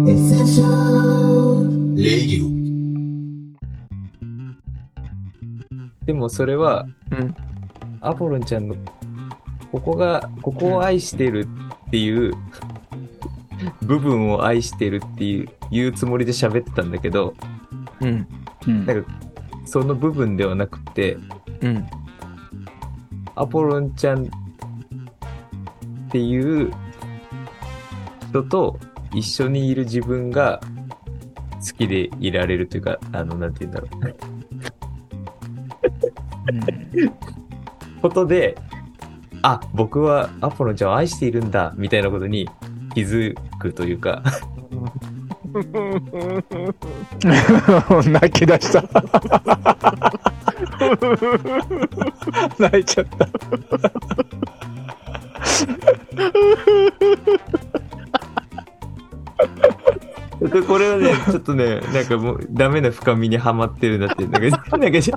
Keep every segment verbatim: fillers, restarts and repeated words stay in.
でもそれは、うん、アポロンちゃんのここがここを愛してるっていう部分を愛してるっていう言うつもりで喋ってたんだけど、うんうん、なんかその部分ではなくて、うん、アポロンちゃんっていう人と一緒にいる自分が好きでいられるというか、あのなんて言うんだろうことで、あ、僕はアポロンちゃんを愛しているんだみたいなことに気づくというか泣き出した泣いちゃったこれはね、ちょっとね、なんかもうダメな深みにはまってるなって、なんか、なんかじゃ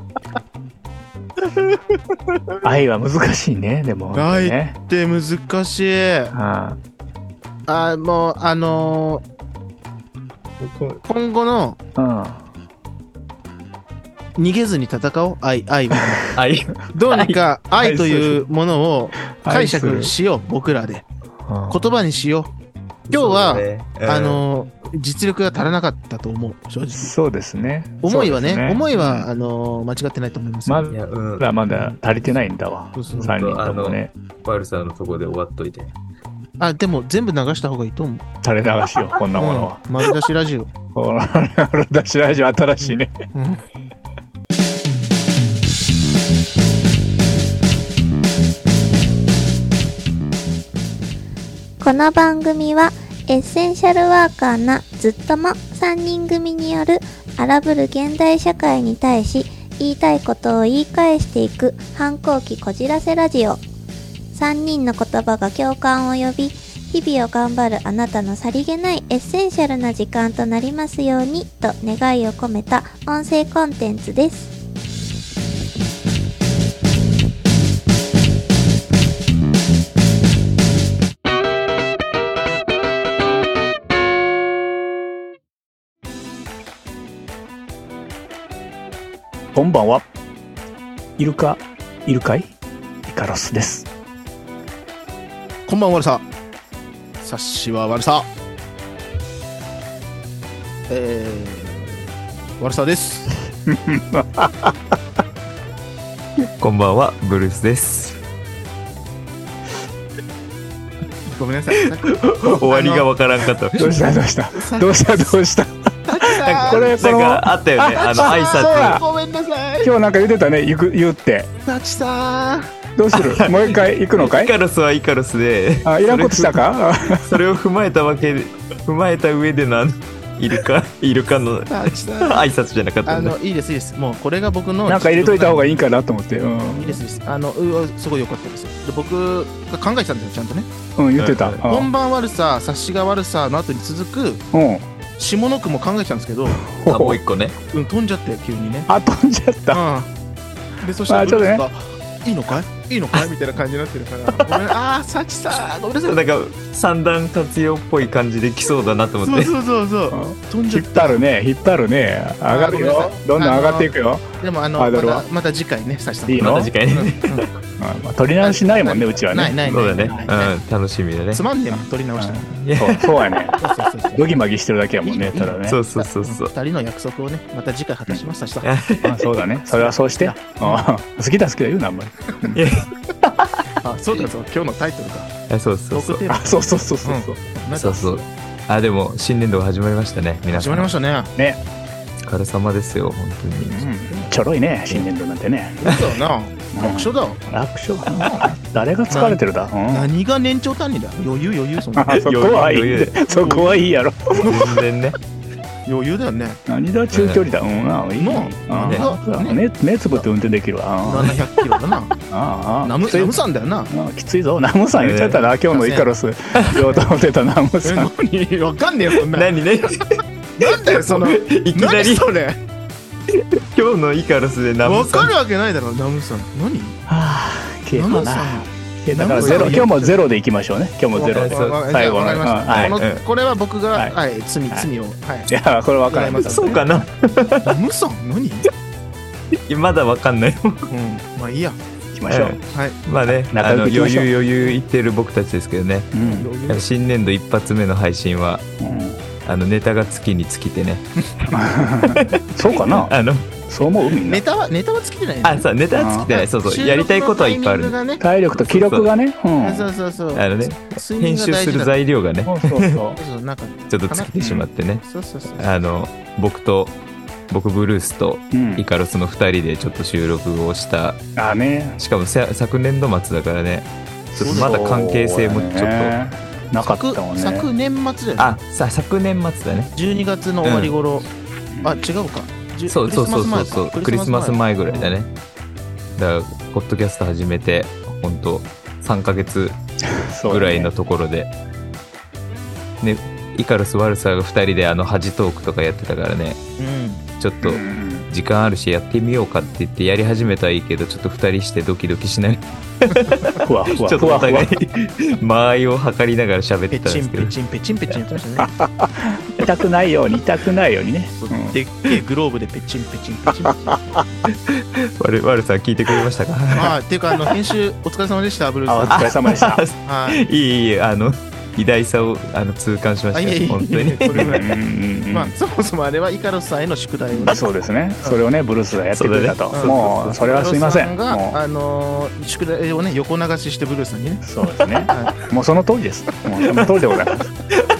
愛は難しいね、でも、ね。 愛って難しい。ああ、もう、あのー、今後の、うん、逃げずに戦おう。愛、愛。愛。どうにか愛というものを解釈しよう、僕らで。言葉にしよう。今日は、ねうん、あのー、実力が足らなかったと思う、正直。 そうですね。 思いはね、ね思いは、あのー、間違ってないと思います。 まだ、うん、まだ足りてないんだわ。さんにんともね。 ワルさんのとこで終わっといて。 あ、でも全部流した方がいいと思う。 垂れ流しよ、こんなものは。 うん、丸出しラジオ。 丸出しラジオ新しいね。うんうんこの番組はエッセンシャルワーカーなずっともさんにん組による荒ぶる現代社会に対し言いたいことを言い返していく反抗期こじらせラジオ。さんにんの言葉が共感を呼び、日々を頑張るあなたのさりげないエッセンシャルな時間となりますようにと願いを込めた音声コンテンツです。 こんばんは。イルカ、いるかい？イカロスです。 こんばんは、悪さ。さっしは悪さ。えー、悪さです。 こんばんは、ブルースです。 ごめんなさい。 終わりがわからんかった。 どうしたどうしたどうしたどうしたこれなんかあったよね、あの挨拶。 ごめんなさい。 今日なんか言ってたね、言う言って。 サチさん。 どうする？もう一回行くのかい？ イカロスはイカロスで。 あ、いらんことしたか？ それを踏まえたわけで、踏まえた上でなんイルカイルカの挨拶じゃなかったんだ。 あのいいですいいです。もうこれが僕のなんか入れといた方がいいかなと思って。うん、 いいですいいです。あのうすごい良かったです。で僕が考えてたんですよ、ちゃんとね。 うん、言ってた。 本番悪さ、察しが悪さの後に続く。うん。下の句も考えてたんですけど、 あ、もう一個ね、 うん、飛んじゃって急にね。 あ、飛んじゃった、 うん、でそしたらブルースが、いいのかいいいのかいみたいな感じになってるからごめん、あーサチさんごめんなさい。 なんか三段活用っぽい感じできそうだなと思って。 そうそうそうそう、 飛んじゃった。引っ張るね引っ張るね、上がるよ、どんどん上がっていくよ。 でもあのまたまた次回ね、サチさんいいの、また次回ね、 うんうんまあ、取り直しないもんね、うちはね。 ないないそうだね、うん、楽しみだね。 つまんねえもん取り直したら。 そうそうやね。ドギマギしてるだけやもんね、ただね。 そうそうそうそう。 二人の約束をね、また次回果たします。さあ、そうだね、それはそうして。好きだ好きだ言うなあんまり。 あ、そうだそう、今日のタイトルか。 そうそうそう。 あ、そうそうそうそうそうそう。あ、でも新年度が始まりましたね、皆さん。 始まりましたね。 ね。 お疲れ様ですよ、本当に。 ちょろいね、新年度なんてね。 そうだよな。楽勝だよ。 楽勝だな。誰が疲れてるだ。 何が年長単位だ。余裕余裕。 そこはいい。そこはいいやろ。 全然ね。 余裕だよね。 何だ中距離だ。うん、いいの。ね、目つぶって運転できるわ。 ななひゃくキロだな。ああ、ナムさんだよな。 きついぞ。ナムさん言っちゃったな。今日のイカロス言おうと思ってたナムさん。 何わかんねえよそんな。 何ね。 なんだよその。いきなりそれ。 今日のイカロスでナムさん。 わかるわけないだろナムさん。何？ はあ、消えたな。 だからゼロ、今日もゼロでいきましょうね。今日もゼロで。最後の。 はい。これは僕が、はい、罪、罪を。はい。 いや、これわかります。 そうかな。 無損何？ まだわかんない。 うん。まあいいや。 行きましょう。 はい。 まあね、あの余裕余裕言ってる僕たちですけどね。新年度一発目の配信は、あのネタが尽きに尽きてね。 そうかな。あの。そう思うみんな。 ネタはネタは尽きてない。 あ、そうネタは尽きてない。そうそう。やりたいことはいっぱいある。 体力と気力がね。 そうそうそう。 あのね、編集する材料がね、 そうそうそう。なんかちょっと尽きてしまってね。 そうそうそう。 あの僕と僕ブルースとイカロスのふたりでちょっと収録をした。 あね。 しかも昨年度末だからね。ちょっとまだ関係性もちょっとなかったもんね。 昨年末だよね。 あ、さ昨年末だね。 じゅうにがつの終わり頃。あ、違うか。 そうそうそうそうそうクリスマス前ぐらいだね。だからポッドキャスト始めて本当さんかげつぐらいのところでね、イカロスワルサーがふたりであの恥トークとかやってたからね、うん、ちょっと時間あるしやってみようかって言ってやり始めたらいいけど、ちょっとふたりしてドキドキしないふわふわちょっとお互い間合いを測りながら喋ってたんですけど、 ペチンペチンペチンペチンってましたね痛くないように痛くないようにね、 うん、でっけえグローブでペチンペチンペチンペチンワルワルさん聞いてくれましたか？ あっていうかあの編集お疲れ様でした。ブルースさんお疲れ様でしたはい、いいいいあの偉大さをあの痛感しましたよ本当にまあそもそもあれはイカロスさんへの宿題を、ね、 そうですね、それをねブルースがやってくれたと、ね、もうそれはすいません。 があのー、宿題をね横流ししてブルースさんにね、 そうですね、はい、もうその通りです。もうその通りでございます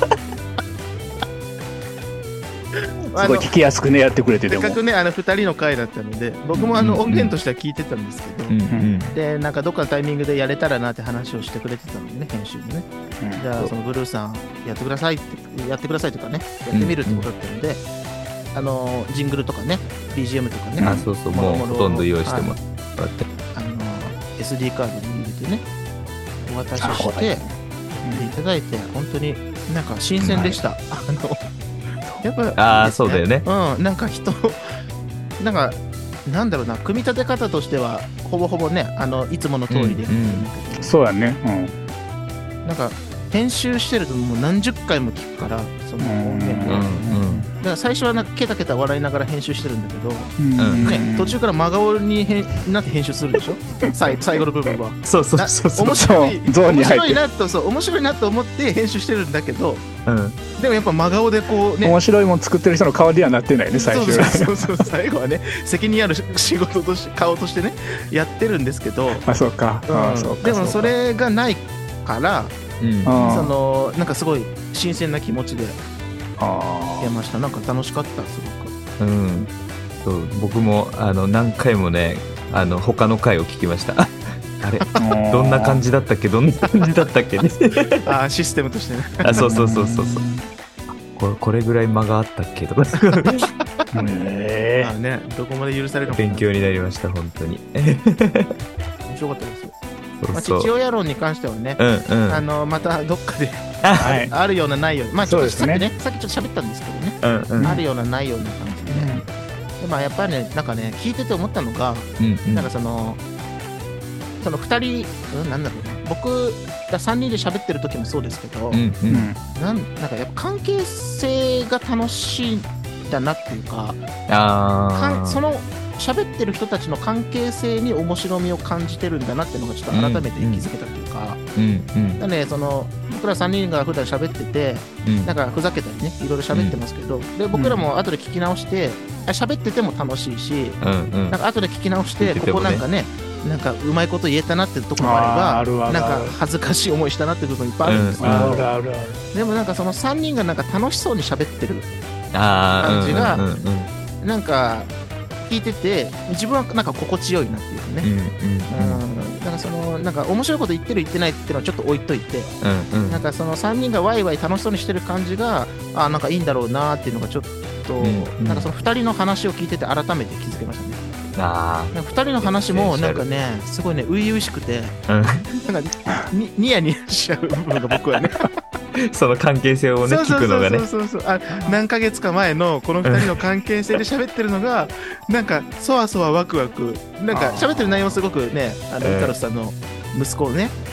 すごい聞きやすくねやってくれて、 せっかくねあのふたりの回だったので僕もあの音源としては聞いてたんですけど、うんうん、でなんかどっかのタイミングでやれたらなって話をしてくれてたのでね、編集でね、うん、じゃあそのブルーさんやってくださいってやってくださいとかねやってみるってことだったので、うん、あのジングルとかね ビージーエム とかね、 あそうそうもうほとんど用意してもらって、 あの エスディー カードに入れてねお渡ししてやっていただいて、本当になんか新鮮でした、はい、あのやっぱ、ね、 ああそうだよね、 うん、なんか人なんかなんだろうな、組み立て方としてはほぼほぼねあのいつもの通りで、うんうん、そうやね、 うん、なんか編集してるともう何十回も聞くからその音源が、うんうん、だから最初はなんかケタケタ笑いながら編集してるんだけど、うんね、途中から真顔にへなって編集するでしょ最, 最後の部分はそうそうそうそう面白い面白いなとそう面白いなと思って編集してるんだけど、うん、でもやっぱ真顔でこうね面白いもん作ってる人の顔にはなってないね最初は。 そうそうそう最後はね責任ある仕事として顔としてねやってるんですけど、 あそうか、うん、あそうかでもそれがないからうん、そのなんかすごい新鮮な気持ちでやました。なんか楽しかったすごく、うん、 そう僕もあの何回もねあの他の回を聞きましたあれどんな感じだったっけどんな感じだったっけねあシステムとしてねあそうそうそうそうそうこれ、これぐらい間があったっけとかねあねどこまで許されるのか勉強になりました本当に面白かったです。まあ、父親論に関してはね、うんうん、あのまたどっかであるようなないような、まあちょっとさっきね、さっきちょっと喋ったんですけどね、うんうん、あるようなないような感じでね、うん、でまあやっぱりねなんかね聞いてて思ったのが、うんうん、なんかそのそのふたり、うん、なんだろうな、僕がさんにんで喋ってる時もそうですけど、うんうん、なんなんかやっぱ関係性が楽しいんだなっていうか、あかその喋ってる人たちの関係性に面白みを感じてるんだなっていうのがちょっと改めて気づけたというか、うんうん、だねその僕らさんにんが普段喋ってて、うん、なんかふざけたりねいろいろ喋ってますけど、うん、で僕らも後で聞き直して喋ってても楽しいし、うんうん、なんか後で聞き直してここなんかねなんかうまいこと言えたなってところもあれば、なんか恥ずかしい思いしたなって部分いっぱいあるんですけど、うん、あるあるある。でもなんかそのさんにんがなんか楽しそうに喋ってる感じがなんか聞いてて自分はなんか心地よいなっていうかね、うんうんうん、なんかそのなんか面白いこと言ってる言ってないっていうのはちょっと置いといて、うんうん、なんかそのさんにんがワイワイ楽しそうにしてる感じがあなんかいいんだろうなっていうのがちょっと、うんうん、なんかそのふたりの話を聞いてて改めて気づけましたね。あなんかふたりの話もなんかねすごいね初々しくて、うん、なんかにニヤニヤしちゃう部分が僕はねその関係性をね聞くのがね、 そうそうそうそうあ何ヶ月か前のこのふたりの関係性で喋ってるのがなんかそわそわワクワクなんか喋ってる内容もすごくねあのイカロスさんの息子をね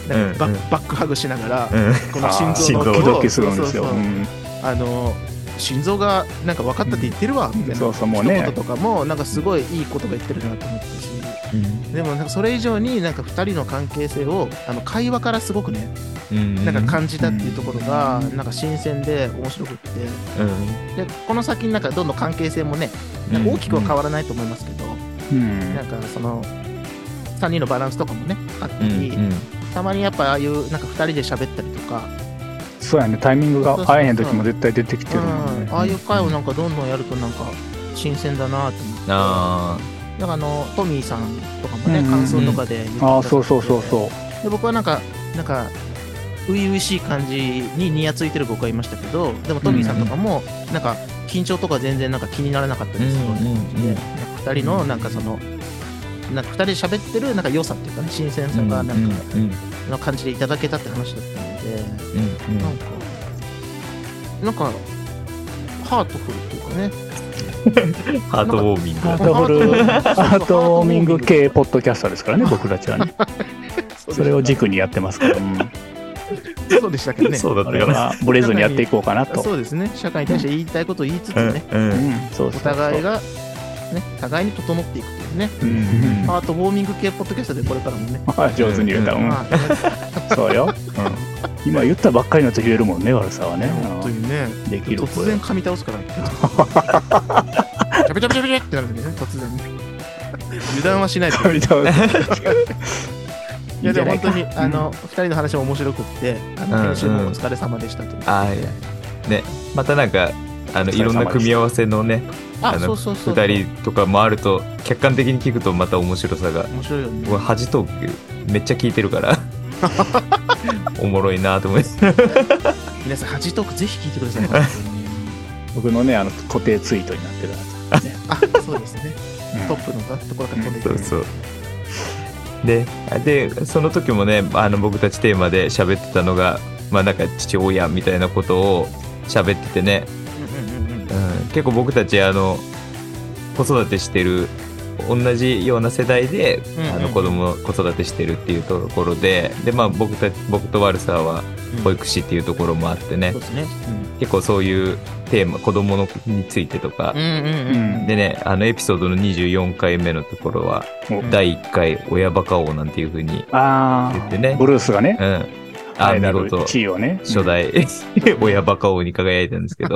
なんかバッバックハグしながら、 うんこの心臓のドキドキするんですよ。 そうそうそううんあの心臓がなんか分かったって言ってるわ、みたいなそうそうもうね一言とかもなんかすごいいいこと言ってるなと思ったし、 うんでもなんかそれ以上になんかふたりの関係性をあの会話からすごくねうんなんか感じたっていうところがなんか新鮮で面白くって、 うんでこの先になんかどんどん関係性もねなんか大きくは変わらないと思いますけど、 うんなんかそのさんにんのバランスとかもねあったうんり、 うんたまにやっぱああいうなんかふたりで喋ったりとか、 そうやね、タイミングが合えへん時も絶対出てきてるもんね。 うん、ああいう会をなんかどんどんやるとなんか新鮮だなと思って、 あだからあのトミーさんとかもね、 うんうんうん感想とかで言ってくださってああ、そうそうそうそう。 で僕はなんかなんか初々しい感じにニヤついてる僕はいましたけど、でもトミーさんとかもなんか緊張とか全然なんか気にならなかったりするので、 うんうんうんなんかふたりのなんかそのなんかふたりで喋ってるなんか良さっていうかね、新鮮さーがなんかうんうんの感じでいただけたって話だったので、 うんなんかなんかハートフルっていうかね、 ハートウォーミングハーだトフル、 ハートハートウォーミング系ポッドキャスターですからね、僕たちはね。それを軸にやってますから、うん、 そうでしたけどね。 そうだっこれたかなはブレずにやっていこうかなと。 そうですね。社会に対して言いたいことを言いつつね、 うんうんうん、そうそうそうお互いがね、互いに整っていくというね。 うんうんハートウォーミング系ポッドキャストでこれからもね。 あ上手に言えた、うんまあそうよ、うん、今言ったばっかりのやつ言えるもんね、悪さはね。 本当にね、 できる突然噛み倒すから。ちゃべちゃべちゃべちゃってなるんでね、突然ね。油断はしないと。 噛み倒いやでも本当にいいんじゃないかあのふたりの話も面白くって、あのうん編集もお疲れ様でしたという。 あーいやねまたなんかあのいろんな組み合わせのねあ、 あのそうそうそう。 二人とかもあると客観的に聞くとまた面白さが面白いよね。 僕恥トークめっちゃ聞いてるからおもろいなと思います皆さん恥トークぜひ聞いてください。本当に僕のね、あの固定ツイートになってるやつ、ね。 あ、そうですね。 うんトップのところから飛んでいくそうそうででその時もねあの僕たちテーマで喋ってたのがまあなんか父親みたいなことを喋っててね、 うんうんうんうん。 うん、結構僕たちあの子育てしてる同じような世代で、 うんうんあの子供子育てしてるっていうところでで、まあ、僕た僕とワルサーは保育士っていうところもあってね、 そうですね。 結構そういうテーマ子供のについてとかうん、うんうんうん。 でねあのエピソードのにじゅうよんかいめのところは、 おだいいっかい親バカ王なんていう風にあ言ってねあ、ブルースがね、 うんあ見あれなる事地位をね。 初代親バカ王に輝いたんですけど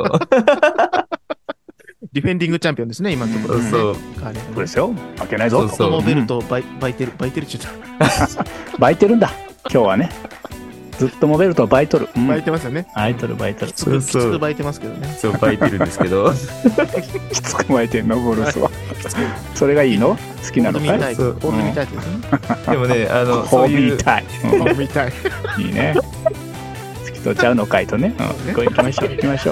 ディフェンディングチャンピオンですね、今のところね。 そう彼そうですよ。負けないぞ。 そうそうこのベルトをバイバイてる、バイてるって言っちゃっバイてるんだ。今日はね。ずっとモベルトはバイトル。うた。 んバイてますよね。 バイトル、バイトル。 きつく、きそうそうつくバイてますけどね。 そうバイてるんですけどきつく巻いてんの、ブルースは。それがいいの好きなのかいオールミータイプ。 そうオールミータイプですね。 でもねあのホーそういうミータイ。 オールミータイプ。 いいね。好きとちゃうのかいとね。うん。これ行きましょう、行きましょう。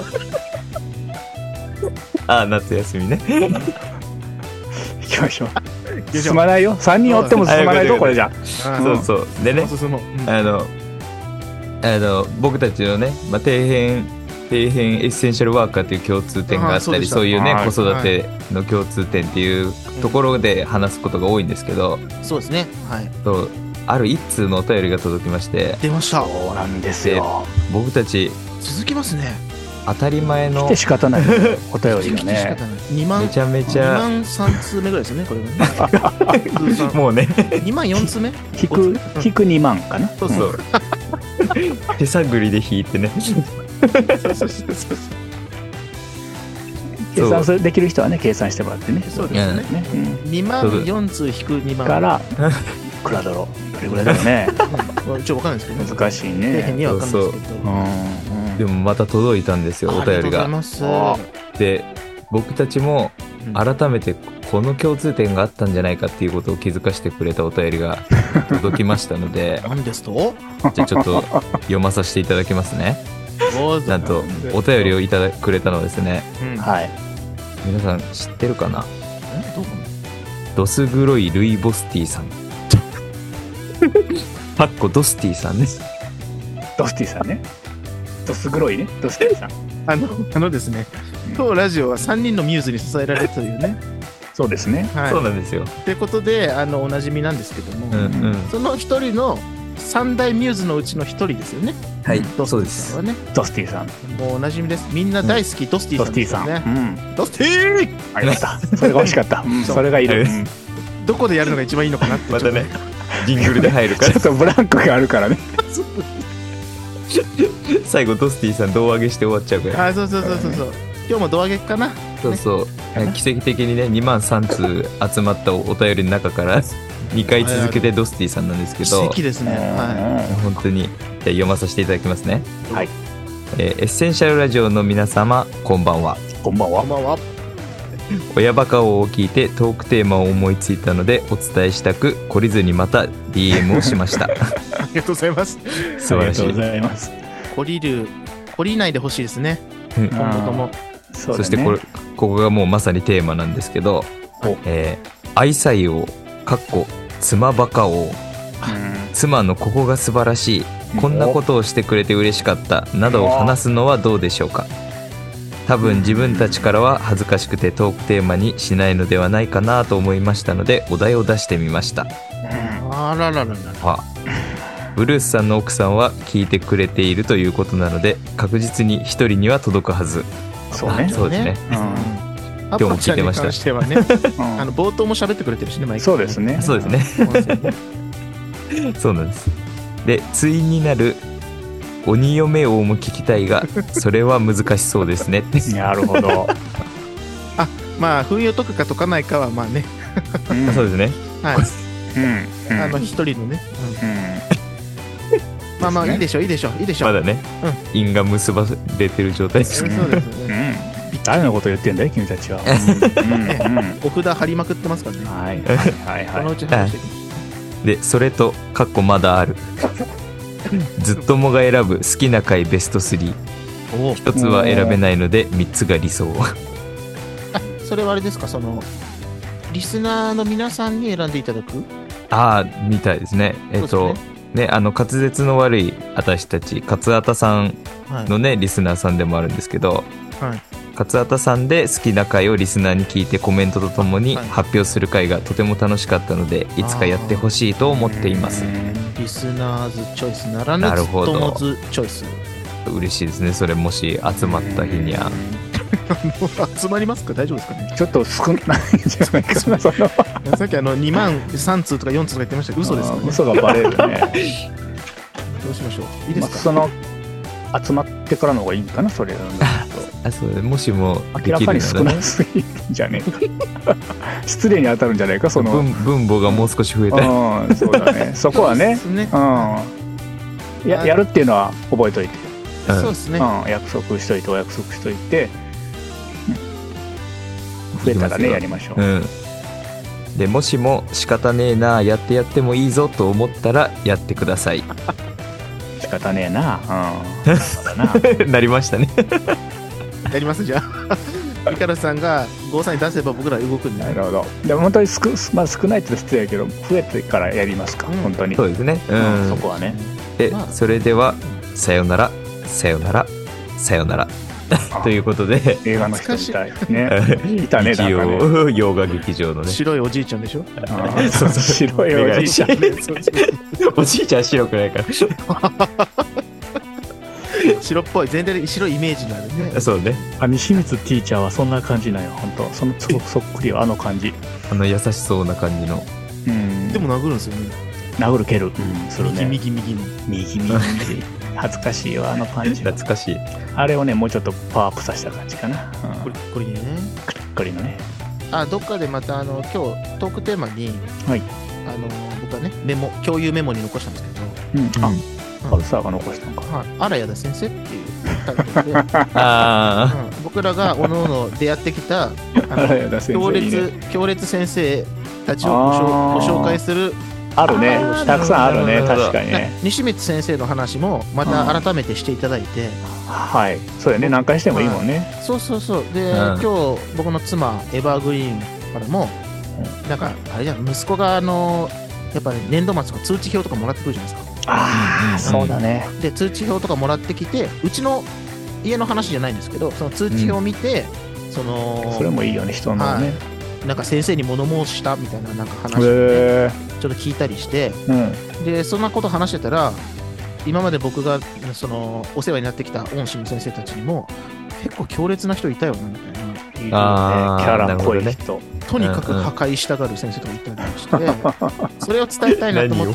あ夏休みね行きましょう。進まないよ。さんにんおっても進まないぞ、これじゃ。 あそうそうでね進もう。うんあのあの僕たちのね、まあ、底辺底辺エッセンシャルワーカーという共通点があったりあそうでしたそういうねはい子育ての共通点っていうところで話すことが多いんですけど、 そうですね。はい。 そうある一通のお便りが届きまして出ました。 そうなんですよ。 僕たち続きますね。 当たり前の来て仕方ない。お便りが仕ね。 方ない。にまん、 めちゃめち 2 ゃ万さん通目ぐらいですよね、これがね。通算もうねにまんよん通目引く、引くにまんかな。 そうそう手探りで引いてねそうそうそうそう。 計算するできる人はね、計算してもらってね。 そうですね。 ね。うん。 にまんよん通引くにまん。 から、いくらだろう。どれぐらいだろうね。 うんちょっとわかんないですけどね。 難しい底辺ね。 にはわかんないですけど。 うん。うんでもまた届いたんですよお便りありがとうございがます。 あで僕たちもうん改めてこの共通点があったんじゃないかっていうことを気づかせてくれたお便りが届きましたので何ですとじゃあちょっと読まさせていただきますねどうぞなんとお便りをいただくれたのはですねうんはい。 皆さん知ってるかなえどうかなドス黒いルイボスティーさんパッコドスティさんですドスティさんね。ドス黒いね。ドスティさん。 あの、あのですね、当ラジオはさんにんのミューズに支えられるというね。 そうですね。 はい。 そうなんですよということで、あの、おなじみなんですけども、 うんうんその一人の、 三大ミューズのうちの一人ですよね。 はい、 ドそうですスティさんは。ね。 ドスティさん。 もうおなじみです。みんな大好き、ドスティさんですよね。ドスティーありました。それが欲しかった。それがいる。 どこでやるのが一番いいのかなって。 またね、ジングルで入るから。 ちょっとブランクがあるからね。 最後ドスティさん胴上げして終わっちゃうから。 あ、そうそうそうそうそう。今日も胴上げかな。 そうそう。奇跡的にね、にまんさんつう集まったお便りの中からにかい続けてドスティさんなんですけど。 奇跡ですね。はい。本当に。じゃあ読まさせていただきますね。 はい。 えー、エッセンシャルラジオの皆様、こんばんは。 こんばんは。こんばんは。 親バカ王を聞いてトークテーマを思いついたのでお伝えしたく、懲りずにまた ディーエム をしました。ありがとうございます。 素晴らしい。 ありがとうございます。 懲りる、懲りないでほしいですね。今後とも。 そ, ね、そしてこれ、ここがもうまさにテーマなんですけど、えー、愛妻王、かっこ妻バカ王、妻のここが素晴らしい、こんなことをしてくれて嬉しかったなどを話すのはどうでしょうか。多分自分たちからは恥ずかしくてトークテーマにしないのではないかなと思いましたのでお題を出してみました。 あららららら。 ブルースさんの奥さんは聞いてくれているということなので確実に一人には届くはず。 そうね。 そうですね。 うん、今日も聞いてました。してはね、あの冒頭も喋ってくれてるしね、毎回。 そうですね。 そうですね。そうなんです。で、対になる鬼嫁王も聞きたいが、それは難しそうですね。 なるほど。 あ、まあ封印を解くか解かないかはまあね。 うん、そうですね。 はい。うん。あの一人のね。うん。まあまあいいでしょういいでしょういいでしょう。 まだね。うん。因が結ばれてる状態ですね。 そうですね。 誰のこと言ってんだい君たちは。 お札貼りまくってますからね。 はいはいはい。 そのうち話していく。で、それとかっこまだある。ずっともが選ぶ好きな回ベストスリー。一つは選べないのでみっつが理想。 あ、それはあれですか、そのリスナーの皆さんに選んでいただく。 ああ、みたいですね。えっとね、あの滑舌の悪い私たち勝畑さんのね、はい、リスナーさんでもあるんですけど、はい、勝畑さんで好きな回をリスナーに聞いてコメントとともに発表する回がとても楽しかったので、いつかやってほしいと思っています。 リスナーズチョイスならぬツットモズチョイス。 嬉しいですね。それもし集まった日には集まりますか。大丈夫ですかね。 ちょっと少ないんじゃないかな。そのさっきあのにまんさんつうとかよんつうとか言ってましたけど嘘ですかね。 嘘がバレるね。 どうしましょう。いいですか。 まあ、その集まってからの方がいいかな。それあ、そう、もしも明らかに少なすぎるんじゃねえか。失礼に当たるんじゃないか。その分, 分母がもう少し増えた。 うん、そうだね。そこはね。ね、うん。ややるっていうのは覚えといて。 うん、そうですね、 うん。約束しといてお約束しといて。増えたらねやりましょう。うん。 でもしも仕方ねえな、やってやってもいいぞと思ったらやってください。 仕方ねえな。うん。そうだな。 なりましたね。 やりますじゃあ。ミカルさんがゴーサイン出せば僕ら動くんで。 なるほど。でも本当に少、まあ、少ないって失礼やけど増えてからやりますか、うん、本当に。 そうですね。 うん。うん、そこはね。 で、まあ、それではさよならさよならさよなら。ということで映画の人みたいね。いたね。 一応洋画劇場のね。 白いおじいちゃんでしょ。 そうそう、白いおじいちゃん。 おじいちゃん白くないから。 白っぽい、全体的に白いイメージになるね。 そうね。 あ、西光ティーチャーはそんな感じなんよ。本当そのすごくそっくりよ、あの感じ。 あの優しそうな感じの。 うん。でも殴るんですよね。 殴る蹴る、うん、するね。 右右右右右右。恥ずかしいよ、あの感じ。 懐かしい。 あれをね、もうちょっとパワーアップさせた感じかな。 うん、これこれね。 クリックリのね。 あ、どっかでまたあの今日トークテーマに、 はい。 あの僕はねメモ共有メモに残したんですけど。 うん。あ。パルサーが残したのか。 はい。あらやだ先生っていうタイトルで、 あうん、僕らがおのおの出会ってきたあの強烈強烈先生たちをご紹介する。 あるね。たくさんあるね。確かにね。 西光先生の話もまた改めてしていただいて、 はい。そうやね。何回してもいいもんね。 そうそうそう。で、今日僕の妻エバーグリーンからもなんかあれじゃん、息子があのやっぱり年度末の通知表とかもらってくるじゃないですか。 ああ、そうだね。 で通知表とかもらってきて、うちの家の話じゃないんですけど、その通知表を見て、そのそれもいいよね、人のね。 なんか先生に物申したみたいななんか話をね、ちょっちょっと聞いたりして、 うん、 でそんなこと話してたら、今まで僕がそのお世話になってきた恩師の先生たちにも結構強烈な人いたよなみたいな、いるね、キャラ濃い人、 とにかく破壊したがる先生とかいたりして、うんうん、それを伝えたいなと思って、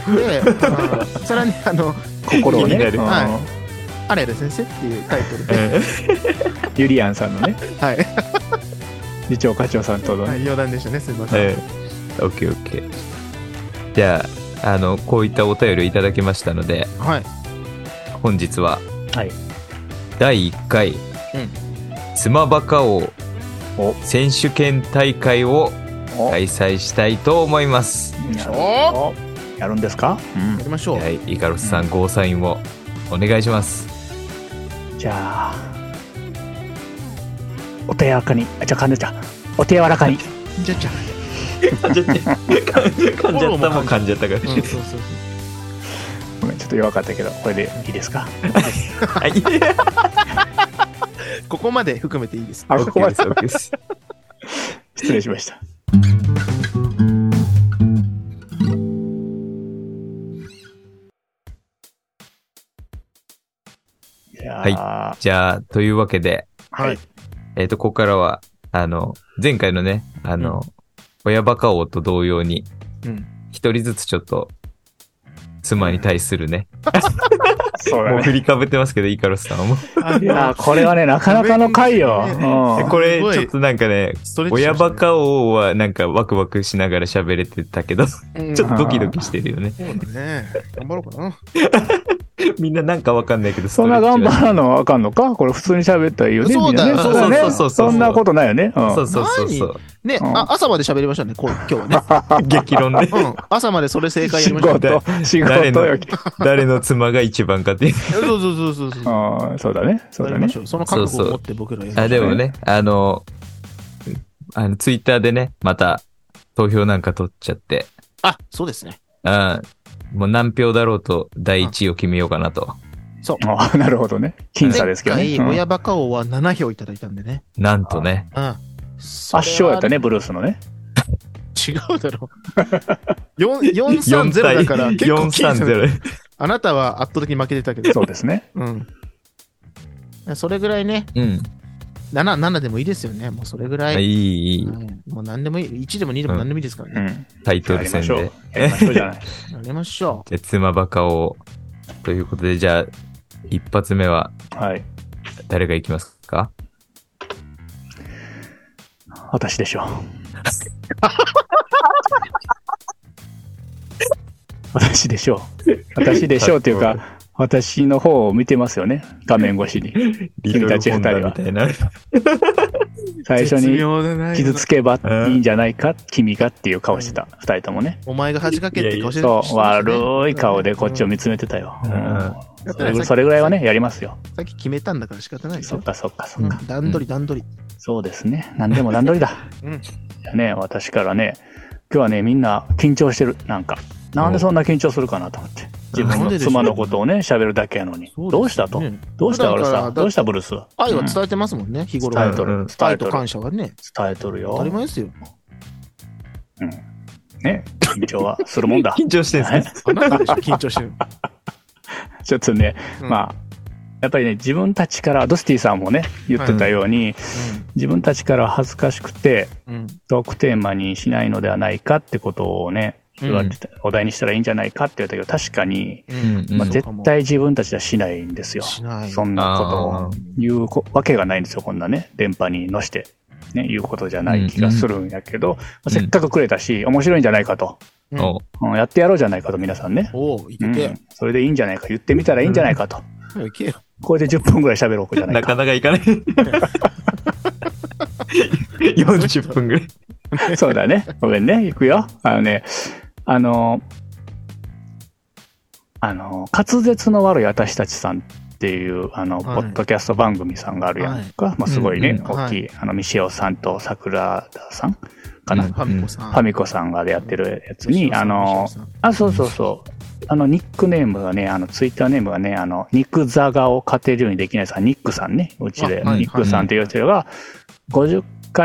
さらにあの心をね、 はい、あれやで先生っていうタイトルでユリアンさんのね、 はい、 次長課長さんとの、 はい、余談でしたね、すみません。 えー、オッケーオッケー。じゃあ、あのこういったお便りをいただきましたので、 はい、 本日は、 はい、 だいいっかい、うん、妻バカ王選手権大会を開催したいと思います。 やるんですか？ うん、やりましょう。 はい、イカロスさん、うん、ゴーサインをお願いします。 じゃあお手柔らかに、あ、じゃあ噛んでちゃお手柔らかにじゃじゃ噛んじゃって噛んじゃったもん噛んじゃったから、うん、そうそうそう、 ごめんちょっと弱かったけどこれでいいですか？ はい、 ここまで含めていいです。 あ、ここまでです。失礼しました。 はい、じゃあというわけで、 はい、 えっとここからはあの前回のねあの、うん、親バカ王と同様に一、うん、人ずつちょっと妻に対するね、 そうだね、 もう振りかぶってますけど、イカロスさんはもういやこれはねなかなかの回よ、 うん、これちょっとなんかね親バカ王はなんかワクワクしながら喋れてたけど、うん、ちょっとドキドキしてるよね。 そうだね、頑張ろうかな。 みんななんかわかんないけど、 そんな頑張らなあかんのか？これ普通に喋ったらいいよね。 そうだよ、 そうだね。そんなことないよね。 うん、そうそうそうそう。 ね、うん、あ、朝まで喋りましたね、今日はね。 激論で、 うん。朝までそれ正解やりましたね。仕事、仕事よ。 誰の妻が一番かっていう。 そうそうそうそうそう。 ああ、そうだね。そうだね。 その覚悟を持って僕らやりましょう。 あ、でもね、あの、あの、ツイッターでね、また投票なんか取っちゃって。 あ、そうですね。 うん。もう何票だろうと第一位を決めようかなと。 そう。 あ、なるほどね。僅差ですけどね。 前回、親バカ王はななひょういただいたんでね。 なんとね。 うん。圧勝やったね、ブルースのね。 違うだろ。よんさんゼロだから結構僅差。よんさんゼロ。あなたは圧倒的に負けてたけど。 そうですね。 うん。それぐらいね。 うん。 なな、ななでもいいですよね。もうそれぐらい。 いい、いい。 もう何でもいい。いちでもにでも何でもいいですからね。 うん、タイトル戦で。 やりましょうじゃない。 やりましょう。 で、妻バカを。ということで、じゃあ、一発目は、 はい。 誰が行きますか？ 私でしょう。私でしょう。私でしょうっていうか、私の方を見てますよね。画面越しに。君たち二人は。最初に傷つけばいいんじゃないか、君がっていう顔してた。二人ともね。 お前が恥かけって顔してた。 そう、悪い顔でこっちを見つめてたよ。それぐらいはね、やりますよ。 さっき決めたんだから仕方ないよ。 そっかそっかそっか。 段取り段取り。 そうですね。何でも段取りだ。ね、私からね、今日はね、みんな緊張してる。なんか。なんでそんな緊張するかなと思って。自分の妻のことをね、喋るだけやのに。どうしたと？どうした俺さ？どうしたブルースは？ 愛は伝えてますもんね、日頃。 伝えとる。 愛と感謝はね。 伝えとるよ。 当たり前ですよ。 うん。ね、緊張はするもんだ。 緊張してるんですか？ あなたでしょ、緊張してる。 ちょっとね、まあ、やっぱりね、自分たちから、ドスティさんもね、言ってたように、自分たちから恥ずかしくて、トークテーマにしないのではないかってことをね、言われてた、お題にしたらいいんじゃないかって言われたけど、確かに、まあ、絶対自分たちはしないんですよ。そんなことを言うわけがないんですよ、こんなね、電波に乗して、ね、言うことじゃない気がするんやけど、せっかくくれたし、面白いんじゃないかと。うん、やってやろうじゃないかと、皆さんね。 おう、いけて、うん。 それでいいんじゃないか、言ってみたらいいんじゃないかと。 うん、いけよ。 これでじゅっぷんぐらい喋ろうじゃないか。 なかなかいかない。よんじゅっぷんぐらい。 そうだね。ごめんね。行くよ。あのね、あの、あの、滑舌の悪い私たちさんっていう、あの、はい、ポッドキャスト番組さんがあるやんか。はい、まあ、すごいね、うんうん、大きい、はい、あの、ミシオさんと桜田さんかな。うん、ファミコさん。ファミコさんがやってるやつに、あの、あ、そうそうそう。あの、ニックネームがね、あの、ツイッターネームがね、あの、肉座がを勝てるようにできないさ、ニックさんね。うちで、ニックさんという人が、ごじゅっかい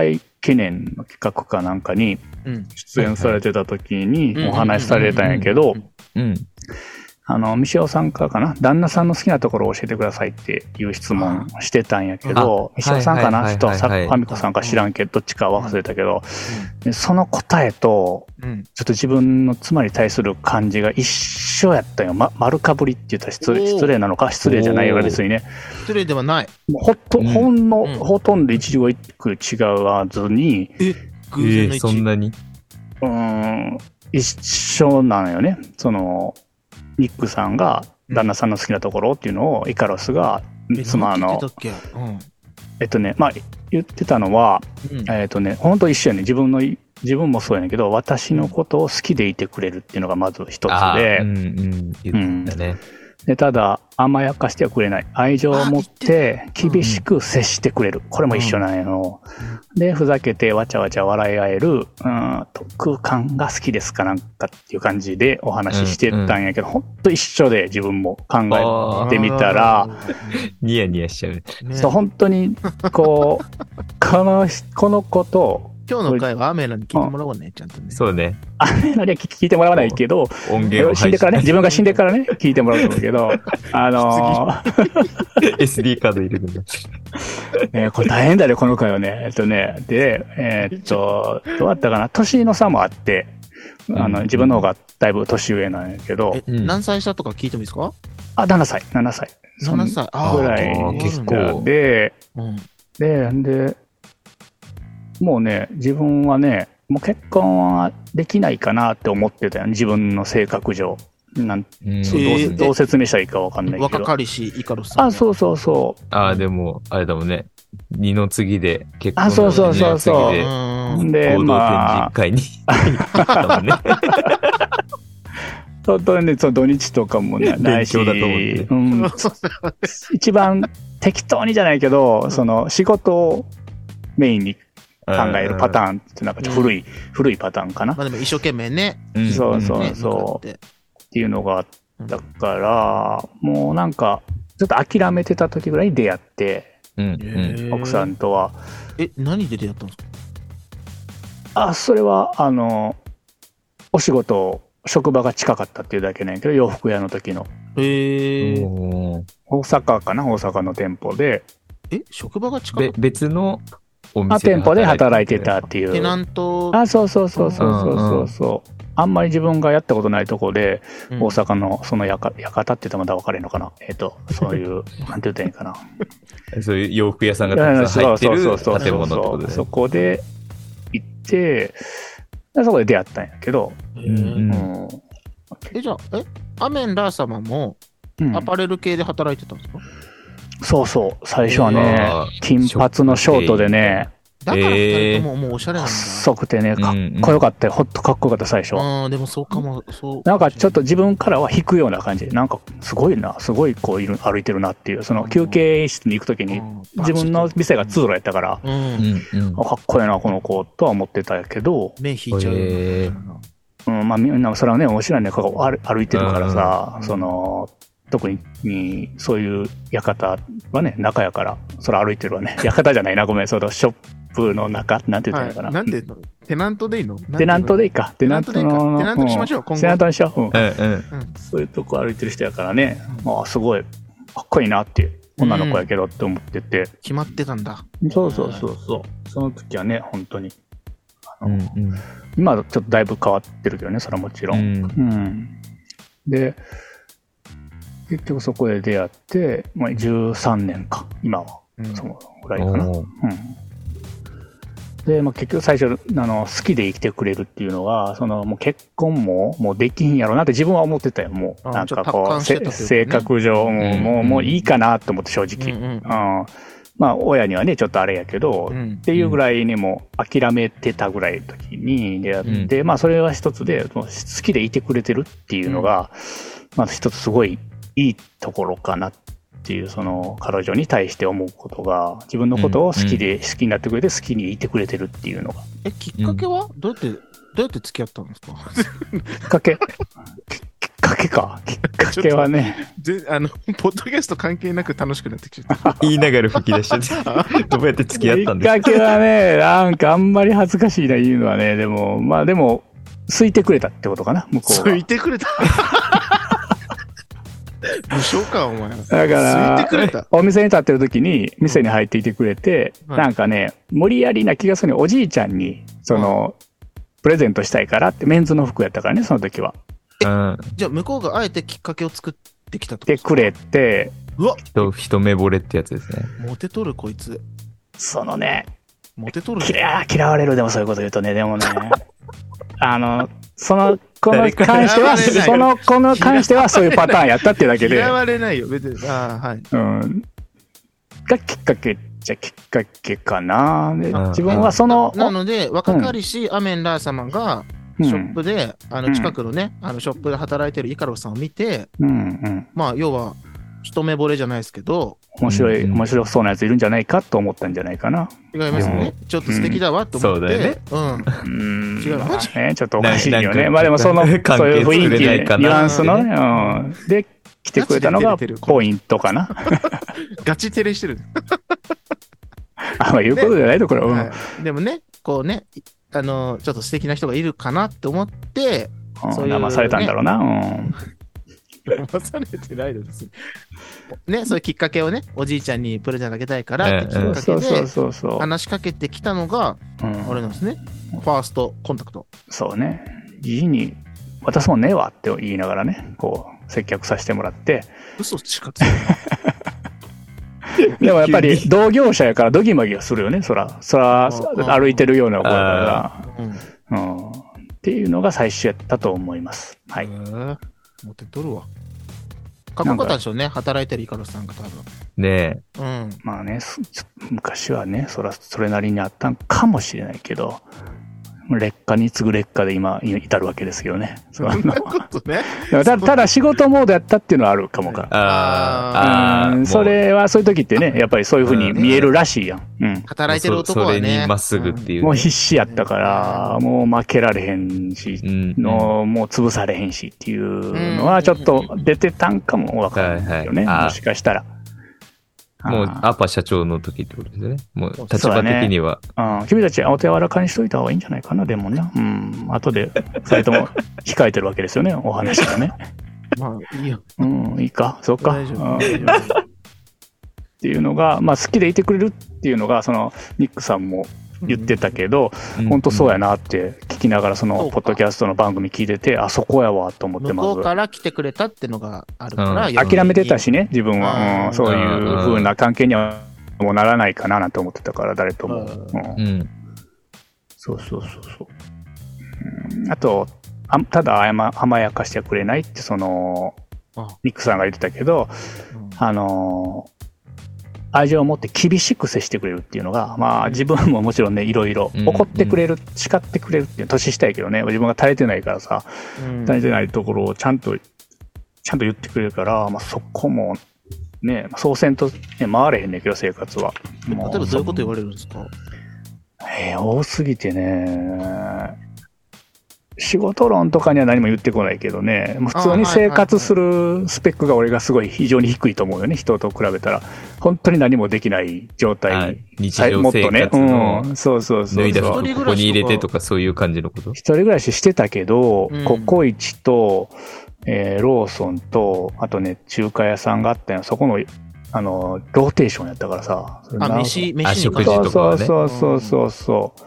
記念の企画かなんかに出演されてた時にお話しされたんやけど、あの、ミシオさんからかな、旦那さんの好きなところを教えてくださいっていう質問してたんやけど、ミシオさんかな、ちょっとファミコさんか知らんけど、どっちか忘れたけど、うん、その答えと、ちょっと自分の妻に対する感じが一緒やったよ。ま、丸かぶりって言ったら失礼、失礼なのか失礼じゃないよ、別にね。 失礼ではない。 ほと、ほんの、うん、ほとんど一字一句違わずに、 え、偶然の一致、 そんなにうーん、一緒なのよね。その、ニックさんが旦那さんの好きなところっていうのをイカロスが妻の、えっとね、まあ言ってたのは、えっとね、本当一緒やね。自分の、自分もそうやねんけど、私のことを好きでいてくれるっていうのがまず一つで、 うんうん、言ってたね。 で、ただ甘やかしてはくれない。愛情を持って厳しく接してくれる。これも一緒なんやの。で、ふざけてわちゃわちゃ笑い合える、うん、空間が好きですかなんかっていう感じでお話ししてたんやけど、うんうん、ほんと一緒で自分も考えてみたら、 ニヤニヤしちゃう。 そう、本当に、こう、この、この子と、 今日の回はアメラに聞いてもらおうね、ちゃんとね。 そうね。 アメラには聞いてもらわないけど、 音源を死んでからね、自分が死んでからね、聞いてもらうと思うけど、あのー、エスディー カード入れるんだ。 ね、これ大変だね、この回はね。えっとね、で、えー、っと、どうだったかな、年の差もあって、あの、自分の方がだいぶ年上なんやけど。 え、何歳差とか聞いてもいいですか？ あ、ななさい、ななさい。 ななさい。 ぐらい結構で、うん、で、で、もうね、自分はね、もう結婚はできないかなって思ってたよね、自分の性格上。なん、うん、そうどう、えー、どう説明したらいいかわかんないけど。 若かりし、イカロスさん。 あ、そうそうそう。 ああ、でも、あれだもんね。二の次で、結婚のそうそうそうそう。 で、合同展示会に行ったもんね。 本当にね、その土日とかもね、ないし、 だと思って、うん、 一番適当にじゃないけど、その仕事をメインに考えるパターンってなんか古い、うん、古いパターンかな。 まあでも一生懸命ね。 そうそうそう。ね、っていうのがあったから、うん、もうなんか、ちょっと諦めてた時ぐらいに出会って、うん、奥さんとは。 え、何で出会ったんですか？ あ、それは、あの、お仕事、職場が近かったっていうだけなんやけど、洋服屋の時の。 へー。 大阪かな、大阪の店舗で。 え、職場が近かった？ 別のお店あ、店舗で働いてたっていう。 テナント。 あ、そうそうそうそうそうそうそう。あんまり自分がやったことないとこで、うん、大阪のそのやか、館って言ったらまだ分かれんのかな。えっ、ー、と、そういう、なんて言ったらいいかな。 そういう洋服屋さんがたくさん入ってる建物ってことで、ね。 そこで行って、そこで出会ったんやけど。うんうん、 え、じゃあ、え、アメンラー様もアパレル系で働いてたんですか？ うん、そうそう。最初はね、金髪のショートでね、 だから二人とももうおしゃれなんだ。 細くてね、かっこよかったよ。ほんとかっこよかった、最初。 ああ、でもそうかも、そう。 なんかちょっと自分からは引くような感じ。なんかすごいな、すごいこういる歩いてるなっていう、その休憩室に行くときに、自分の店が通路やったから、うん、かっこいいな、この子とは思ってたけど。 目引いちゃう。 うん、まあみんな、それはね、面白いね、歩いてるからさ、その、特に、そういう館はね、中やから、それ歩いてるわね。館じゃないな、ごめん、そのショップの中、なんて言ったらいいのかな。 はい、なんで、テナントでいいの？ テナントでいいか。テナントの、 テナントにしましょう、今後。 テナントにしよう。うん。 うんうん、 そういうとこ歩いてる人やからね、まあ、すごい、かっこいいなって、女の子やけどって思ってて。うん、 決まってたんだ。 そうそうそうそう。その時はね、本当に。あの、うんうん、今はちょっとだいぶ変わってるけどね、それはもちろん。うん。うん、で、結局そこで出会って、まあ、じゅうさんねんか、今は。うん、そのぐらいかな。うん、で、まあ、結局最初、あの、好きで生きてくれるっていうのは、その、もう結婚も、もうできひんやろなって自分は思ってたよ、もう。なんかこう、ね、性格上、もう、もう、もういいかなと思って正直。うんうんうん、まあ、親にはね、ちょっとあれやけど、うん、っていうぐらいにも諦めてたぐらいの時に出会って、うん、まあ、それは一つで、好きでいてくれてるっていうのが、うん、まあ、一つすごいいいところかなっていう、その、彼女に対して思うことが、自分のことを好きで、うん、好きになってくれて、好きにいてくれてるっていうのが。 え、きっかけは、うん、どうやって、どうやって付き合ったんですか？ きっかけきっかかけか。きっかけはね。 で、あの、ポッドキャスト関係なく楽しくなってきちゃった。 言いながら吹き出しちゃって。どうやって付き合ったんですか？ きっかけはね、なんかあんまり恥ずかしいな言うのはね、でも、まあでも、好いてくれたってことかな、向こうは。 好いてくれた無償か、お前。だから、お店に立ってる時に、店に入っていてくれて、うん、なんかね、無理やりな気がするに、おじいちゃんに、その、うん、プレゼントしたいからって、メンズの服やったからね、その時は。 うん、じゃあ、向こうがあえてきっかけを作ってきたってことですか？ くれて、 うわっ一目惚れってやつですね。 モテとる、こいつ。 そのね、 モテとる。 嫌われる、でもそういうこと言うとね、でもね、あの、その、この関しては、その、この関してはそういうパターンやったっていうだけで。 嫌われないよ、別に。ああ、はい。 うん。がきっかけじゃきっかけかな。で自分はその。 な, なので、若かりし、うん、アメンラー様が、ショップで、うん、あの、近くのね、あの、ショップで働いてるイカロスさんを見て、うんうん、まあ、要は、一目惚れじゃないですけど、 面白い、面白そうなやついるんじゃないかと思ったんじゃないかな。 違いますね。ちょっと素敵だわと思って。そうだよね。うん。 違うまあね、ちょっとおかしいよね。まあでもその、そういう雰囲気、ニュアンスのね、うん。で、来てくれたのがポイントかな。 ガチ照れしてる。 あ、まあ言うことじゃないところ。 でもね、こうね、あの、ちょっと素敵な人がいるかなって思って、 そういう。騙されたんだろうな。うん。 騙されてないですね。ね、そういうきっかけをね、おじいちゃんにプレゼントあげたいからってきっかけで、話しかけてきたのが、あれなんですね。ファーストコンタクト。 そうね。じじに渡すもんねえわって言いながらね、こう、接客させてもらって。 嘘つかついでもやっぱり同業者やからドギマギはするよね、そら。そら、歩いてるような子だから、うん。っていうのが最初やったと思います。はい。 モテとるわ。かっこよかったでしょうね、働いてるイカロスさんが多分。 ねえ。うん。 まあね、昔はね、そら、それなりにあったんかもしれないけど、劣化に次ぐ劣化で今、至るわけですけどね。 そんなことね。 た, ただ仕事モードやったっていうのはあるかもか。ああ。それは、そういう時ってね、やっぱりそういう風に見えるらしいやん。うん。 働いてる男はね。 それにまっすぐっていう、ね。 もう必死やったから、もう負けられへんし、うん、のもう潰されへんしっていうのはちょっと出てたんかもわかんないよね。もしかしたら。 もうアパ社長の時ってことですよね。もう立場的には。 うね、うん、君たちお手柔らかにしといた方がいいんじゃないかな、でもね。うん。後で、二人とも控えてるわけですよね、お話がね。 まあ、いいよ。 うん、いいか、そうか。大丈夫。っていうのが、まあ好きでいてくれるっていうのが、その、ニックさんも言ってたけど、うん、本当そうやなって聞きながら、その、ポッドキャストの番組聞いてて、あそこやわと思ってます。 向こうから来てくれたってのがあるから、うん、 諦めてたしね、自分は。うん、そういう風な関係にはもうならないかななんて思ってたから、誰とも。うんうん、そうそうそうそう。うん、あと、あただ甘、甘やかしてくれないって、その、ニックさんが言ってたけど、うん、あの、愛情を持って厳しく接してくれるっていうのが、まあ自分ももちろんね、いろいろ怒ってくれる、うん、叱ってくれるっていう、年下やけどね、自分が耐えてないからさ、うん、耐えてないところをちゃんと、ちゃんと言ってくれるから、まあそこも、ね、そうせんと、ね、回れへんねんけど、生活は。 例えばどういうこと言われるんですか？ えー、多すぎてね、仕事論とかには何も言ってこないけどね、普通に生活するスペックが俺がすごい非常に低いと思うよね、人と比べたら。本当に何もできない状態。 日常生活の、 うん、そうそうそう。 脱いだ服ここに入れてとかそういう感じのこと？ 一人暮らししてたけど、うん、ココイチと、えー、ローソンと、あとね、中華屋さんがあったよ。そこの、あの、ローテーションやったからさ。 あ、飯、飯食事とかね。 そうそうそうそう。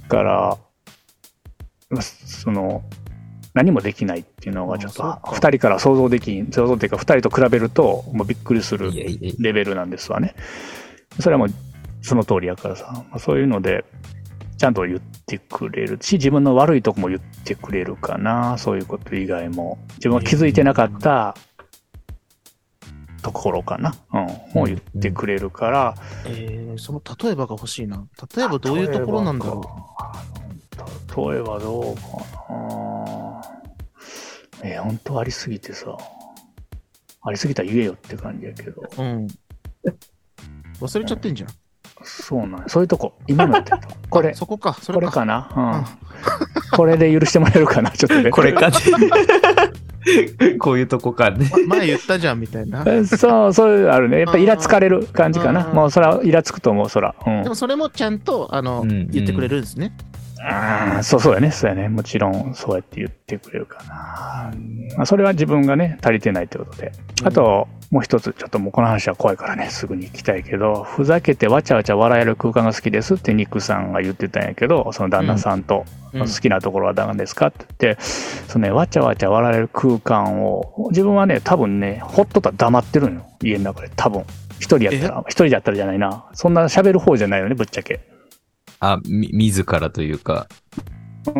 から、その、何もできないっていうのがちょっと、二人から想像できん、想像っていうか二人と比べると、もうびっくりするレベルなんですわね。それはもう、その通りやからさ、そういうので、ちゃんと言ってくれるし、自分の悪いとこも言ってくれるかな、そういうこと以外も。自分が気づいてなかったところかな、うん、もう言ってくれるから。 えー、その例えばが欲しいな。例えばどういうところなんだろう。 例えばどうかな。えー、本当ありすぎてさ、ありすぎたら言えよって感じやけど。 うん。忘れちゃってんじゃん。 そうなん、そういうとこ。今のやってると。これ。 そこか、それか。 これかな。 これで許してもらえるかな、ちょっとね。 これかって。こういうとこかね。 前言ったじゃんみたいな。 そう、そういうのあるね。やっぱイラつかれる感じかな。もうそら、イラつくと思う、そら。うん、 でもそれもちゃんと、あの、うんうん、言ってくれるんですね。 ああ、そうそうやね。そうやね。もちろん、そうやって言ってくれるかな。まあ、それは自分がね、足りてないってことで。あと、もう一つ、ちょっともうこの話は怖いからね、すぐに行きたいけど、ふざけてわちゃわちゃ笑える空間が好きですってニックさんが言ってたんやけど、その旦那さんと、うん、好きなところは何ですかって言って、そのね、わちゃわちゃ笑える空間を、自分はね、多分ね、ほっとったら黙ってるのよ。家の中で、多分。一人やったら、一人だったらじゃないな。そんな喋る方じゃないよね、ぶっちゃけ。 あ、み、自らというか。 うん。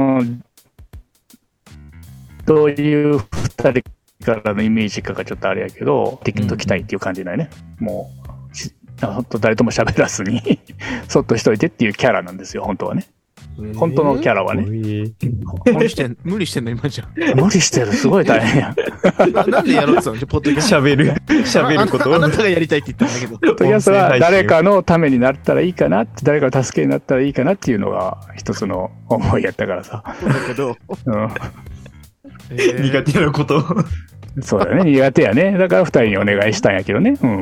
どういう二人からのイメージかがちょっとあれやけど、できときたいっていう感じないね。うん、もう、ほんと誰とも喋らずに、そっとしといてっていうキャラなんですよ、本当はね。本当のキャラはね。えー、無理してん、無理してんの今じゃん。 無理してる、すごい大変や。 な, なんでやろうって言ったのポッドキャスト。 喋る、喋ることをあ。あなたがやりたいって言ったんだけど。 ポッドキャストは誰かのためになったらいいかなって、誰かの助けになったらいいかなっていうのが一つの思いやったからさ。 そうだけど。うん。 えー、苦手なこと。 そうだね、苦手やね。だから二人にお願いしたんやけどね。うん。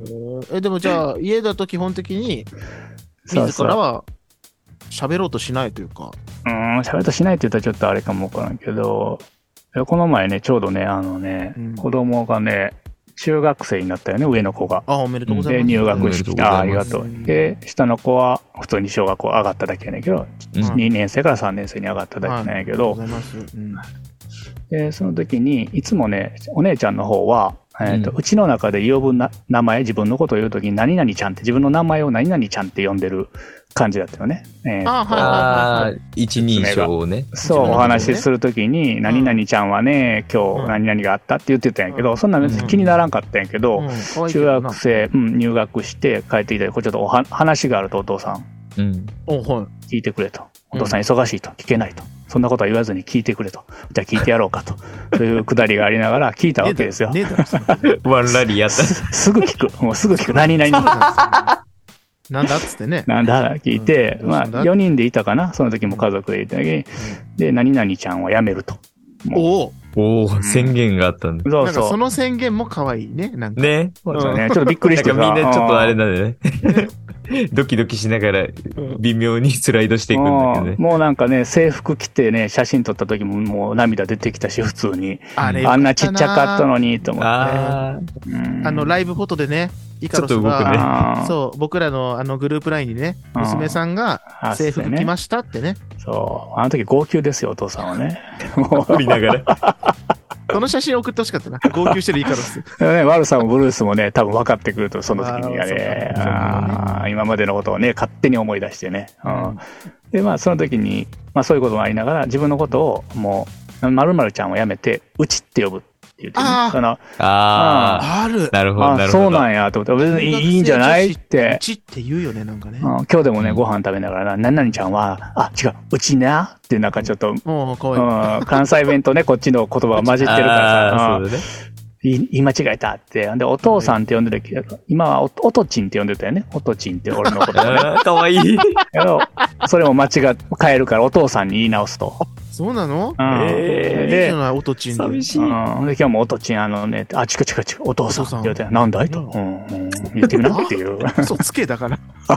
え、でもじゃあ、家だと基本的に、自らは、喋ろうとしないというか。 うん、喋ろうとしないって言ったらちょっとあれかもわからんけど、この前ね、ちょうどね、あのね、うん、子供がね、中学生になったよね、上の子が。 あ、おめでとうございます。 で、入学式、ああ、ありがとう。で、下の子は普通に小学校上がっただけやねんけど、うん、にねん生からさんねん生に上がっただけなんやけど、 はい、ありがとうございます。うん、 で、その時に、いつもね、お姉ちゃんの方は、えーとうん、うちの中で呼ぶな名前、自分のことを言うときに、何々ちゃんって、自分の名前を何々ちゃんって呼んでる感じだったよね。 えー、あ、はいはいはい。 一人称をね。 そう、お話しするときに、何々ちゃんはね、今日何々があったって言ってたんやけど、うん、そんな別に気にならんかったんやけど、うんうん、中学生、うん、入学して帰ってきて、これちょっとおは話があるとお父さん、うん、聞いてくれと。お父さん忙しいと、聞けないと。そんなことは言わずに聞いてくれと。じゃあ聞いてやろうかと。そういうくだりがありながら聞いたわけですよ。 ワンラリーやった。 すぐ聞く。もうすぐ聞く。何々。 なんだっつってね。 なんだ聞いて、うん、まあよにんでいたかな。その時も家族でいた時、うん、で、何々ちゃんは辞めると。 おお。 おお、宣言があったんだ。 そうそう。なんかその宣言も可愛いね。なんかね。 そうですね。ちょっとびっくりしてなんかみんなちょっとあれなんでね。ドキドキしながら微妙にスライドしていくんだけどね。 もうなんかね、制服着てね、写真撮った時ももう涙出てきたし、普通に。あれあんなちっちゃかったのに、と思って。あ, うん、あの、ライブフォトでね、イカロスが、ね、そう、僕らのあのグループラインにね、娘さんが制服着ましたってね。 そう。あの時号泣ですよ、お父さんはね。 もう。振りながら。 その写真送ってほしかったな。号泣してるイカロス。 ね、悪さもブルースもね、多分分かってくると、その時にあれ、あ今までのことをね、勝手に思い出してね。うん、で、まあ、その時に、まあ、そういうこともありながら、自分のことを、もう、〇〇ちゃんをやめて、うちって呼ぶ。言ってね、 ああのあ、ある。 なるほど、なるほど。 そうなんや、と思って、別にいいんじゃないって。 うちって言うよね、なんかね。 うん、今日でもね、ご飯食べながら、何々ちゃんは、あ、違う、うちなって、なんかちょっと、うん、関西弁とね、こっちの言葉が混じってるからさ、そうだね。言い間違えたって。で、お父さんって呼んでるけど、今はお、おとちんって呼んでたよね。おとちんって俺のことね。 かわいい。 けど、それも間違え、変えるからお父さんに言い直すと。 そうなの？ うん、 えー、で、いいじゃない、おとちんで。 寂しい。うん。 で、今日もおとちん、あのね、あ、ちくちくちく、お父さんって言われて、なんだいと。うん、うん。言ってみなっていう。 嘘つけだから。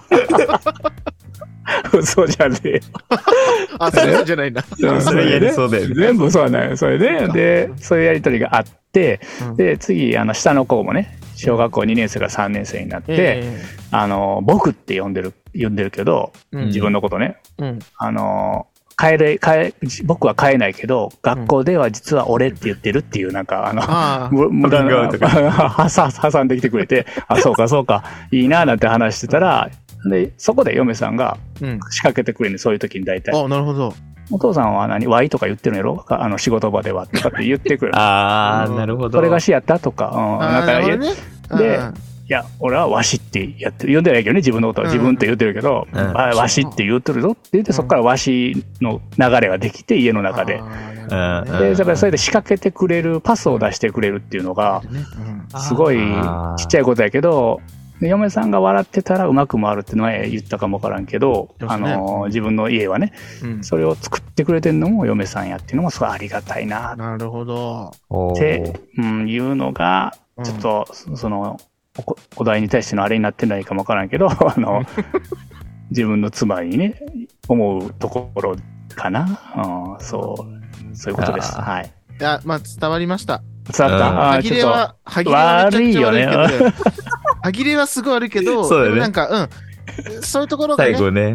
嘘じゃねえ。 あ、それじゃないんだ。 それやりそうだよね。 全部そうなんよ。それで、で、そういうやりとりがあって、で、次、あの、下の子もね、小学校にねん生からさんねん生になって、あの、僕って呼んでる、呼んでるけど、自分のことね。あの、帰れ、帰、僕は帰れないけど、学校では実は俺って言ってるっていう、なんか、あの、無駄な、挟んできてくれて、あ、そうかそうか、いいな、なんて話してたら、で、そこで嫁さんが仕掛けてくれるね、そういう時に大体。 あ、なるほど。 お父さんは何、ワイとか言ってるんやろ、あの、仕事場ではとかって言ってくれる。 ああ、なるほど。 それがしやったとか、うん、なんか言う。で、いや、俺はわしってやってる。言うんでないけどね、自分のことは自分って言ってるけど、うん、あわしって言ってるぞって言って、そこからわしの流れができて、家の中で。で、だからそれで仕掛けてくれる、パスを出してくれるっていうのが、すごいちっちゃいことやけど、 で嫁さんが笑ってたらうまく回るっていうのは言ったかもわからんけど、ね、あの自分の家はね、うん、それを作ってくれてるのも嫁さんやっていうのもすごいありがたいな。 なるほど。 って、うん、いうのがちょっと、うん、そのお, お題に対してのあれになってないかもわからんけど、あの自分の妻にね思うところかな。うん、そうそういうことです。はい。 いや、まあ伝わりました。 伝わった。うん、 歯切れは歯切れは悪いよね。歯切れはすごい悪いけど、そうだね、なんかうんそういうところがね、 最後ね、 うん、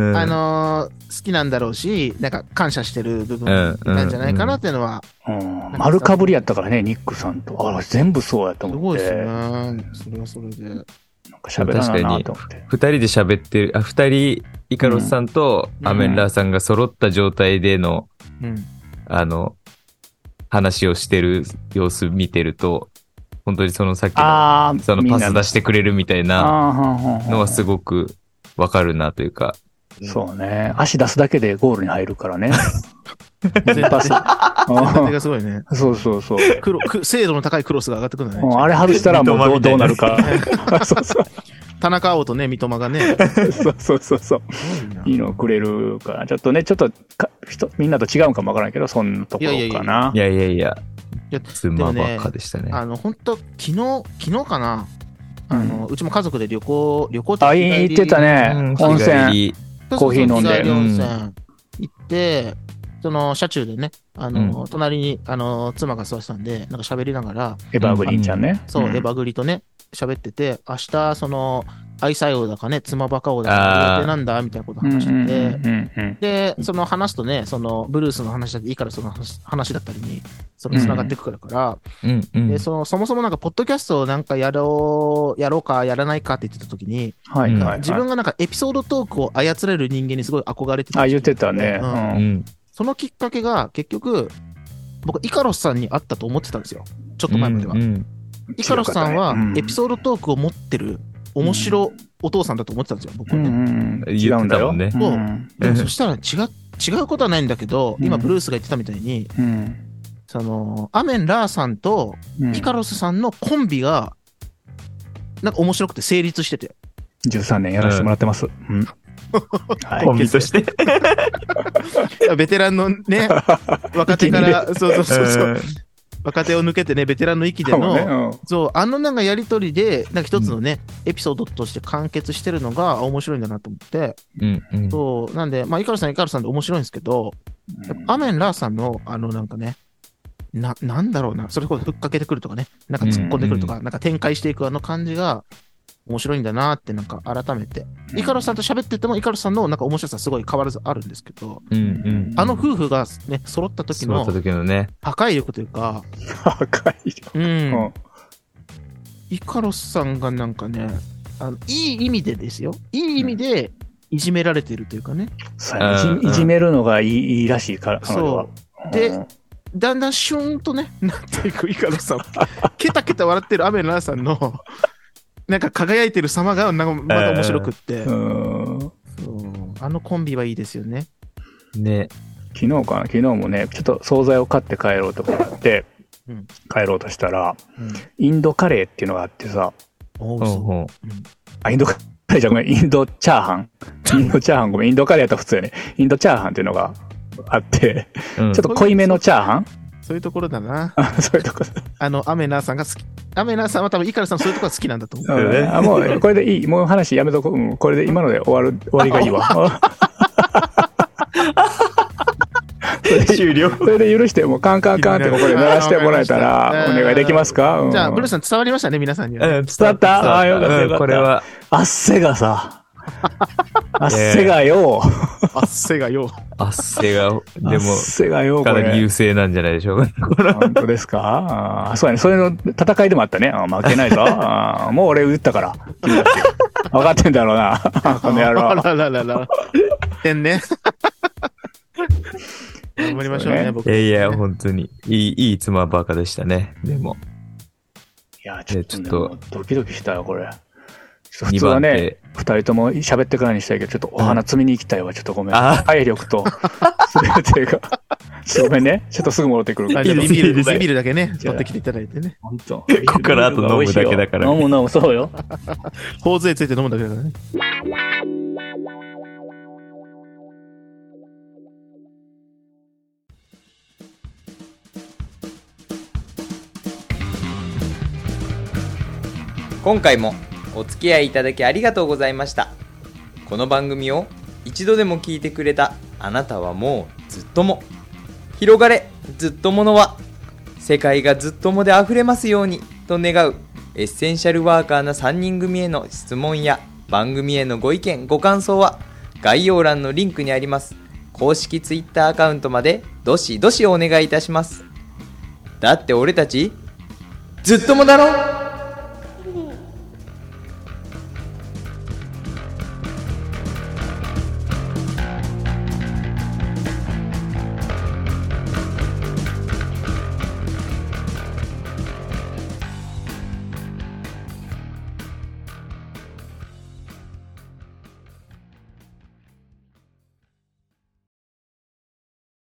うん、あのー、好きなんだろうし、なんか感謝してる部分なんじゃないかなっていうのは、 うんうんうん、丸かぶりやったからね、ニックさんと、あら全部そうやと思って。 すごいですね。それはそれで。なんか喋らないなと思って。 二人で喋ってる、あ、二人、イカロスさんとアメンラーさんが揃った状態での、うん、あの、話をしてる様子見てると、本当にそのさっきの、そのパス出してくれるみたいなのはすごくわかるなというか。 そうね。足出すだけでゴールに入るからね。 全パス。全手がすごいね。 そうそうそう。 クロ精度の高いクロスが上がってくるんだね。 あれ外したらもうどう、どうなるか。そうそう。 田中碧とね、三笘がね。 そうそうそうそう。いいのくれるから、ちょっとね、ちょっとか人みんなと違うかもわからないけど、そんなところかな。 いやいやいや。妻ばっかでしたね。 あの、本当昨日、昨日かな。あの、うちも家族で旅行、旅行ってあ、行ってたね。温泉。コーヒー飲んで。 温泉行って、その車中でね、あの、隣に、あの、妻が座ってたんで、なんか喋りながら。 エバーグリーンちゃんね。 そう、エバーグリとね、喋ってて、明日、その、愛妻王だかね、妻バカ王だか、予定なんだみたいなこと話してて、で、その話すとね、その、ブルースの話だっていいからその話だったりに、その、繋がっていくからから、で、その、そもそもなんか、ポッドキャストをなんかやろう、やろうか、やらないかって言ってた時に、はいはい、自分がなんかエピソードトークを操れる人間にすごい憧れてた。 あ、言ってたね。 うん。そのきっかけが、結局、僕、イカロスさんにあったと思ってたんですよ。ちょっと前までは。うんうん、イカロスさんは、エピソードトークを持ってる、面白お父さんだと思ってたんですよ、僕はね。うんうん、違うんだよね。 そう。でもそしたら違う、違うことはないんだけど、今ブルースが言ってたみたいに、うん、その、アメン・ラーさんとイカロスさんのコンビが、なんか面白くて成立してて。 じゅうさんねんやらせてもらってます。うんうんはい、コンビとしてベテランのね、若手から、そうそうそうそう。若手を抜けてね、ベテランの域での、ねうん、そう、あのなんかやりとりで、なんか一つのね、うん、エピソードとして完結してるのが面白いんだなと思って、うんうん、そう、なんで、まあ、イカルさん、イカルさんで面白いんですけど、うん、アメン・ラーさんの、あのなんかね、な、なんだろうな、それこそふっかけてくるとかね、なんか突っ込んでくるとか、うんうん、なんか展開していくあの感じが、面白いんだなってなんか改めて。イカロスさんと喋っててもイカロスさんのなんか面白さすごい変わらずあるんですけど、うんうんうん、あの夫婦がね、揃った時の、 揃った時のね、 破壊力というか、 破壊力。 うん。イカロスさんがなんかね、あのいい意味でですよ。いい意味でいじめられてるというかね。 そう、いじめるのがいい、いいらしいから。 そう。で、だんだんシューンとね、なっていくイカロスさん。ケタケタ笑ってるアメラーさんの、なんか輝いてる様がなんかまた面白くって、えー、そうあのコンビはいいですよね。 ね、昨日かな、昨日もね、ちょっと惣菜を買って帰ろうと思って、うん、帰ろうとしたら、うん、インドカレーっていうのがあってさ、おうそう、うん、あ、インドカレーじゃごめん、インドチャーハン、インドチャーハンごめん、インドカレーやったら普通やね、インドチャーハンっていうのがあって、うん、ちょっと濃いめのチャーハン。 そういうところだな。 そういうところ。 あの、アメナーさんが好き。アメナーさんは多分、イカルさんそういうところが好きなんだと思う。 ね、あ、もう、これでいい。もう話やめとこう。うん、これで今ので終わる、終わりがいいわ。 終了。 それで許して、もうカンカンカンってここで鳴らしてもらえたら、お願いできますか、うん、 じゃあ、ブルーさん伝わりましたね、皆さんには。 伝わった。ああ、よかったよかった。 これは。 汗がさ、汗がよ。 汗がよ。 汗が、でも、 汗がよ、 かなり優勢なんじゃないでしょうか。 本当ですかあ、そうやね。それの戦いでもあったね。あ、負けないぞ。あ、もう俺言ったから。分かってんだろうな。この野郎。 あらららら。天ね。頑張りましょうね、僕。 いやいや、本当に。いい、いい妻バカでしたね。でも。 いや、ちょっと、ね、ちょっとドキドキしたよ、これ。普通はね、二人とも喋ってからにしたいけど、ちょっとお花摘みに行きたいわ。ちょっとごめん。体力と、すべてが。 ちょっとごめんね。ちょっっとすぐ戻ってくるから。 瓶ビール、瓶ビールだけね、取ってきていただいてね。 ほんと。 ここからあと飲むだけだから、 ね。飲む飲む、そうよ。 頬杖ついて飲むだけだからね。 今回もお付き合いいただきありがとうございました。この番組を一度でも聞いてくれたあなたはもうずっとも。広がれずっとものは、世界がずっともであふれますようにと願うエッセンシャルワーカーなさんにん組への質問や番組へのご意見ご感想は概要欄のリンクにあります公式ツイッターアカウントまでどしどしお願いいたします。だって俺たちずっともだろ。